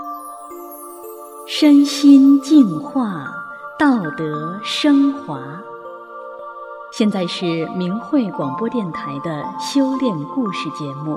身心净化，道德升华。现在是明慧广播电台的修炼故事节目。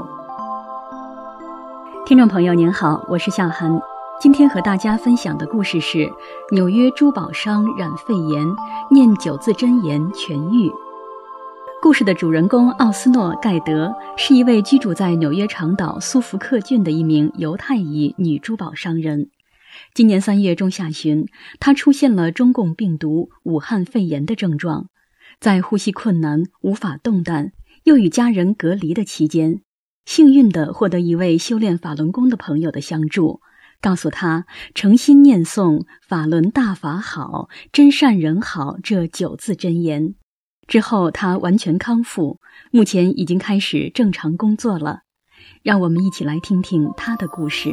听众朋友您好，我是夏涵。今天和大家分享的故事是纽约珠宝商染肺炎，念9字真言痊愈。故事的主人公奥斯诺·盖德是一位居住在纽约长岛苏福克郡的一名犹太裔女珠宝商人。今年3月中下旬，她出现了中共病毒武汉肺炎的症状，在呼吸困难、无法动弹，又与家人隔离的期间，幸运地获得一位修炼法轮功的朋友的相助，告诉他诚心念诵法轮大法好，真善人好这9字真言。之后他完全康复，目前已经开始正常工作了。让我们一起来听听他的故事。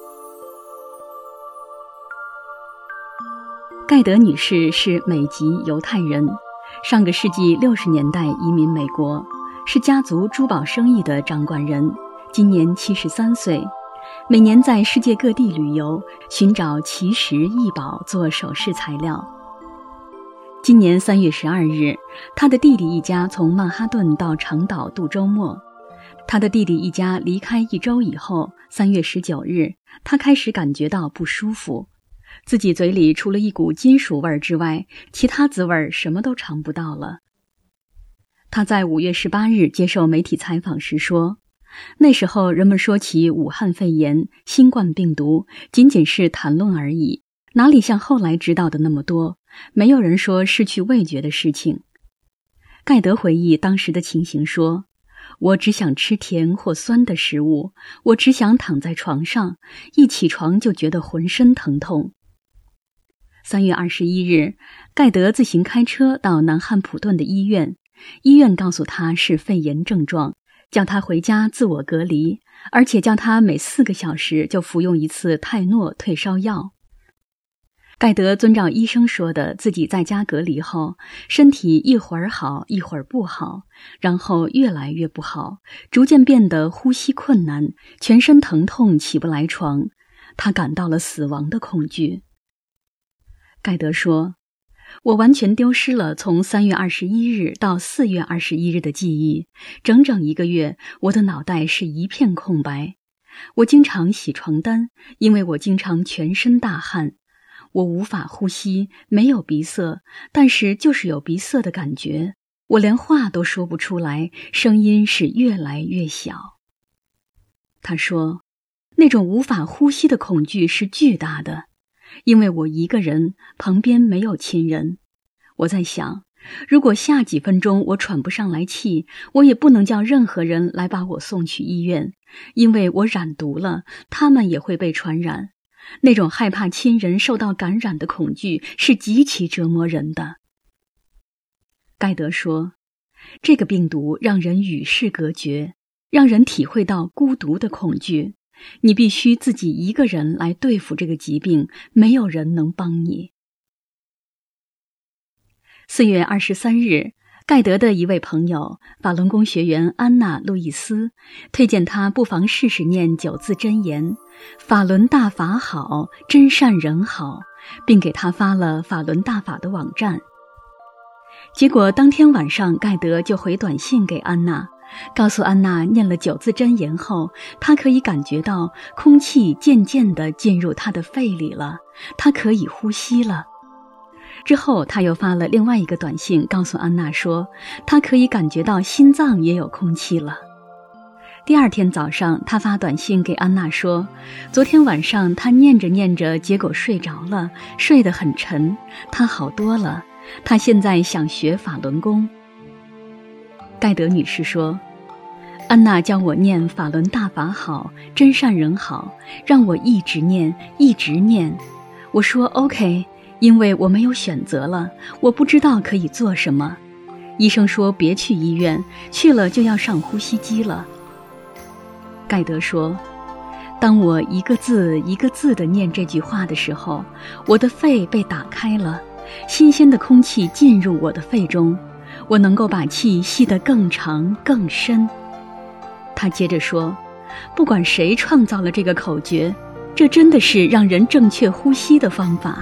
盖德女士是美籍犹太人，上个世纪60年代移民美国，是家族珠宝生意的掌管人，今年73岁，每年在世界各地旅游，寻找奇石异宝做首饰材料。今年3月12日，他的弟弟一家从曼哈顿到长岛度周末。他的弟弟一家离开1周以后，3月19日，他开始感觉到不舒服，自己嘴里除了一股金属味之外，其他滋味什么都尝不到了。他在5月18日接受媒体采访时说，那时候人们说起武汉肺炎、新冠病毒，仅仅是谈论而已，哪里像后来知道的那么多，没有人说失去味觉的事情。盖德回忆当时的情形说，我只想吃甜或酸的食物，我只想躺在床上，一起床就觉得浑身疼痛。3月21日，盖德自行开车到南汉普顿的医院，医院告诉他是肺炎症状，叫他回家自我隔离，而且叫他每4个小时就服用一次泰诺退烧药。盖德遵照医生说的，自己在家隔离后，身体一会儿好一会儿不好，然后越来越不好，逐渐变得呼吸困难，全身疼痛，起不来床。他感到了死亡的恐惧。盖德说，我完全丢失了从3月21日到4月21日的记忆，整整1个月，我的脑袋是一片空白。我经常洗床单，因为我经常全身大汗。我无法呼吸，没有鼻塞，但是就是有鼻塞的感觉。我连话都说不出来，声音是越来越小。他说，那种无法呼吸的恐惧是巨大的，因为我一个人，旁边没有亲人。我在想，如果下几分钟我喘不上来气，我也不能叫任何人来把我送去医院，因为我染毒了，他们也会被传染。那种害怕亲人受到感染的恐惧是极其折磨人的。盖德说，这个病毒让人与世隔绝，让人体会到孤独的恐惧。你必须自己一个人来对付这个疾病，没有人能帮你。4月23日，盖德的一位朋友，法轮功学员安娜·路易斯，推荐他不妨试试念9字真言，法轮大法好，真善人好，并给他发了法轮大法的网站。结果当天晚上，盖德就回短信给安娜，告诉安娜念了9字真言后，他可以感觉到空气渐渐地进入他的肺里了，他可以呼吸了。之后他又发了另外一个短信，告诉安娜说，他可以感觉到心脏也有空气了。第2天早上，他发短信给安娜说，昨天晚上他念着念着，结果睡着了，睡得很沉，他好多了，他现在想学法轮功。盖德女士说，安娜教我念法轮大法好，真善人好，让我一直念一直念。我说 OK， 因为我没有选择了，我不知道可以做什么。医生说别去医院，去了就要上呼吸机了。盖德说，当我一个字一个字地念这句话的时候，我的肺被打开了，新鲜的空气进入我的肺中，我能够把气吸得更长更深。他接着说，不管谁创造了这个口诀， 这真的是让人正确呼吸的方法。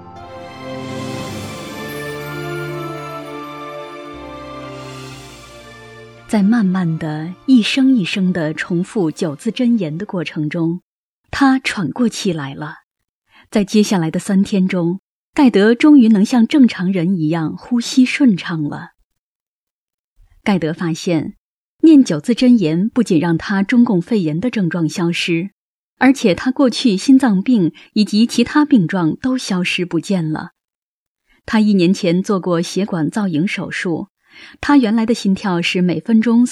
在慢慢的一声一声的重复9字真言的过程中，他喘过气来了。在接下来的3天中，盖德终于能像正常人一样呼吸顺畅了。盖德发现，念9字真言不仅让他中共肺炎的症状消失，而且他过去心脏病以及其他病状都消失不见了。他1年前做过血管造影手术，他原来的心跳是每分钟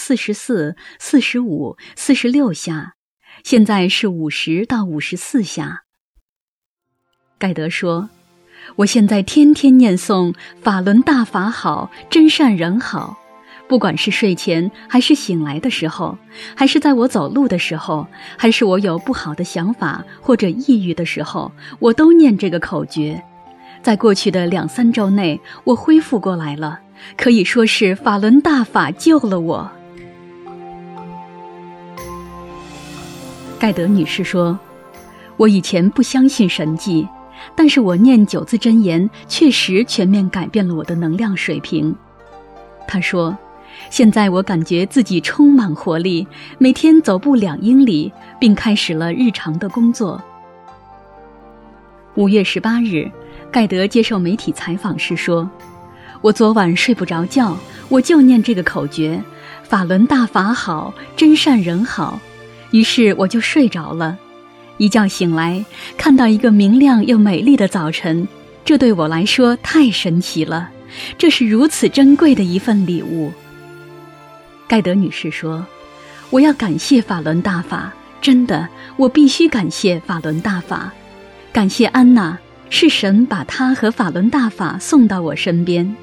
44、45、46下，现在是50到54下。盖德说，我现在天天念诵法轮大法好，真善人好，不管是睡前还是醒来的时候，还是在我走路的时候，还是我有不好的想法或者抑郁的时候，我都念这个口诀。在过去的2、3周内，我恢复过来了，可以说是法轮大法救了我。盖德女士说，我以前不相信神迹，但是我念9字真言确实全面改变了我的能量水平。她说，现在我感觉自己充满活力，每天走步2英里，并开始了日常的工作。5月18日，盖德接受媒体采访时说，我昨晚睡不着觉，我就念这个口诀，法轮大法好，真善人好，于是我就睡着了。一觉醒来，看到一个明亮又美丽的早晨，这对我来说太神奇了，这是如此珍贵的一份礼物。盖德女士说，我要感谢法轮大法，真的，我必须感谢法轮大法，感谢安娜，是神把她和法轮大法送到我身边。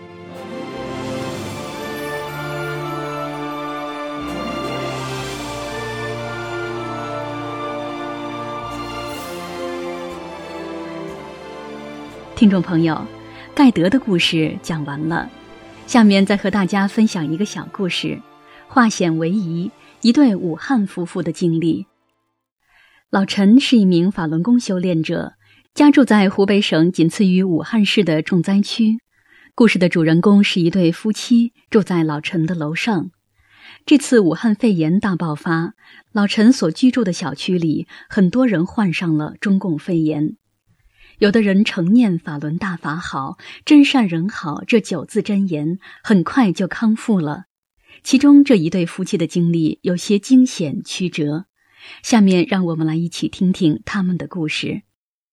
听众朋友，盖德的故事讲完了，下面再和大家分享一个小故事，化险为夷，一对武汉夫妇的经历。老陈是一名法轮功修炼者，家住在湖北省仅次于武汉市的重灾区。故事的主人公是一对夫妻，住在老陈的楼上。这次武汉肺炎大爆发，老陈所居住的小区里，很多人患上了中共肺炎。有的人承念法轮大法好，真善人好这9字真言，很快就康复了。其中这一对夫妻的经历有些惊险曲折，下面让我们来一起听听他们的故事。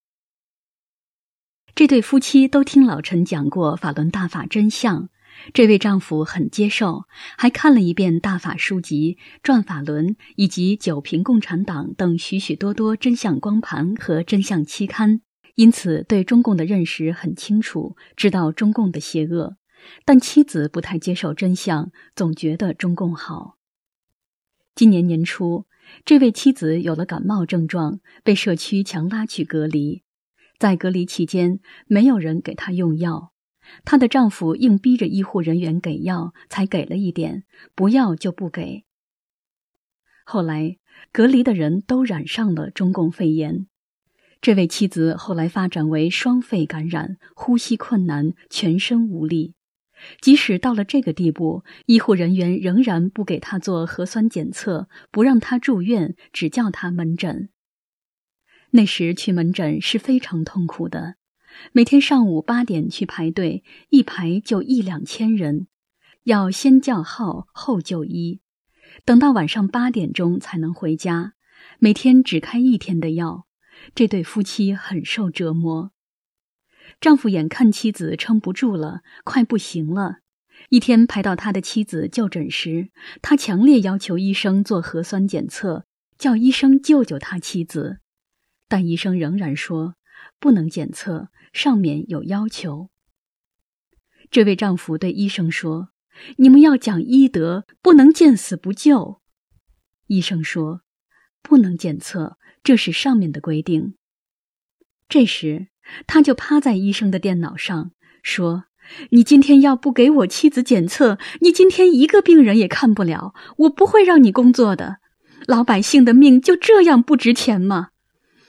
这对夫妻都听老陈讲过法轮大法真相，这位丈夫很接受，还看了一遍大法书籍、转法轮以及九评共产党等许许多多真相光盘和真相期刊，因此对中共的认识很清楚，知道中共的邪恶，但妻子不太接受真相，总觉得中共好。今年年初，这位妻子有了感冒症状，被社区强拉去隔离。在隔离期间，没有人给她用药，她的丈夫硬逼着医护人员给药，才给了一点，不要就不给。后来，隔离的人都染上了中共肺炎。这位妻子后来发展为双肺感染，呼吸困难，全身无力。即使到了这个地步，医护人员仍然不给她做核酸检测，不让她住院，只叫她门诊。那时去门诊是非常痛苦的，每天上午8点去排队，一排就1、2千人，要先叫号后就医，等到晚上8点钟才能回家，每天只开1天的药。这对夫妻很受折磨。丈夫眼看妻子撑不住了，快不行了。一天排到他的妻子就诊时，他强烈要求医生做核酸检测，叫医生救救他妻子。但医生仍然说，不能检测，上面有要求。这位丈夫对医生说，你们要讲医德，不能见死不救。医生说，不能检测，这是上面的规定。这时，他就趴在医生的电脑上，说，你今天要不给我妻子检测，你今天一个病人也看不了，我不会让你工作的。老百姓的命就这样不值钱吗？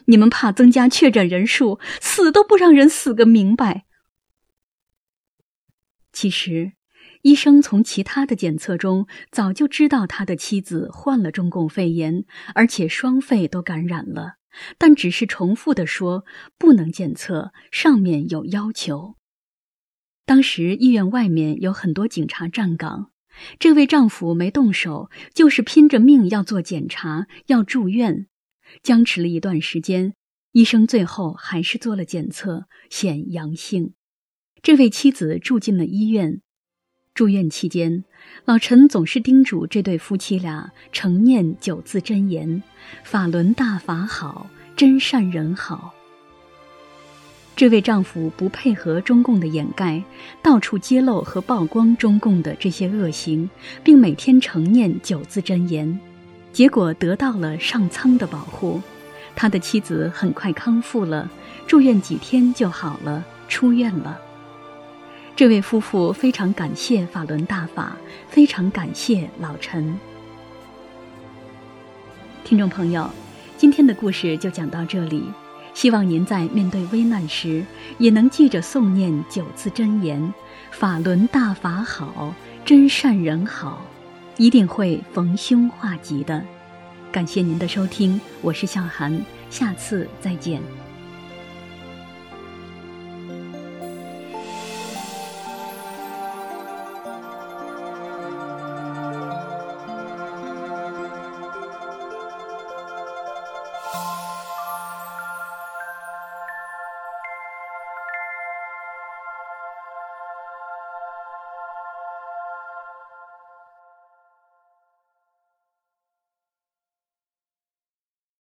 你们怕增加确诊人数，死都不让人死个明白。其实，医生从其他的检测中早就知道他的妻子患了中共肺炎，而且双肺都感染了，但只是重复地说不能检测，上面有要求。当时医院外面有很多警察站岗，这位丈夫没动手，就是拼着命要做检查，要住院。僵持了一段时间，医生最后还是做了检测，显阳性。这位妻子住进了医院。住院期间，老陈总是叮嘱这对夫妻俩常念9字真言：法轮大法好，真善人好。这位丈夫不配合中共的掩盖，到处揭露和曝光中共的这些恶行，并每天常念9字真言，结果得到了上苍的保护。他的妻子很快康复了，住院几天就好了，出院了。这位夫妇非常感谢法轮大法，非常感谢老陈。听众朋友，今天的故事就讲到这里，希望您在面对危难时也能记着诵念9字真言：法轮大法好，真善人好，一定会逢凶化吉的。感谢您的收听，我是笑涵，下次再见。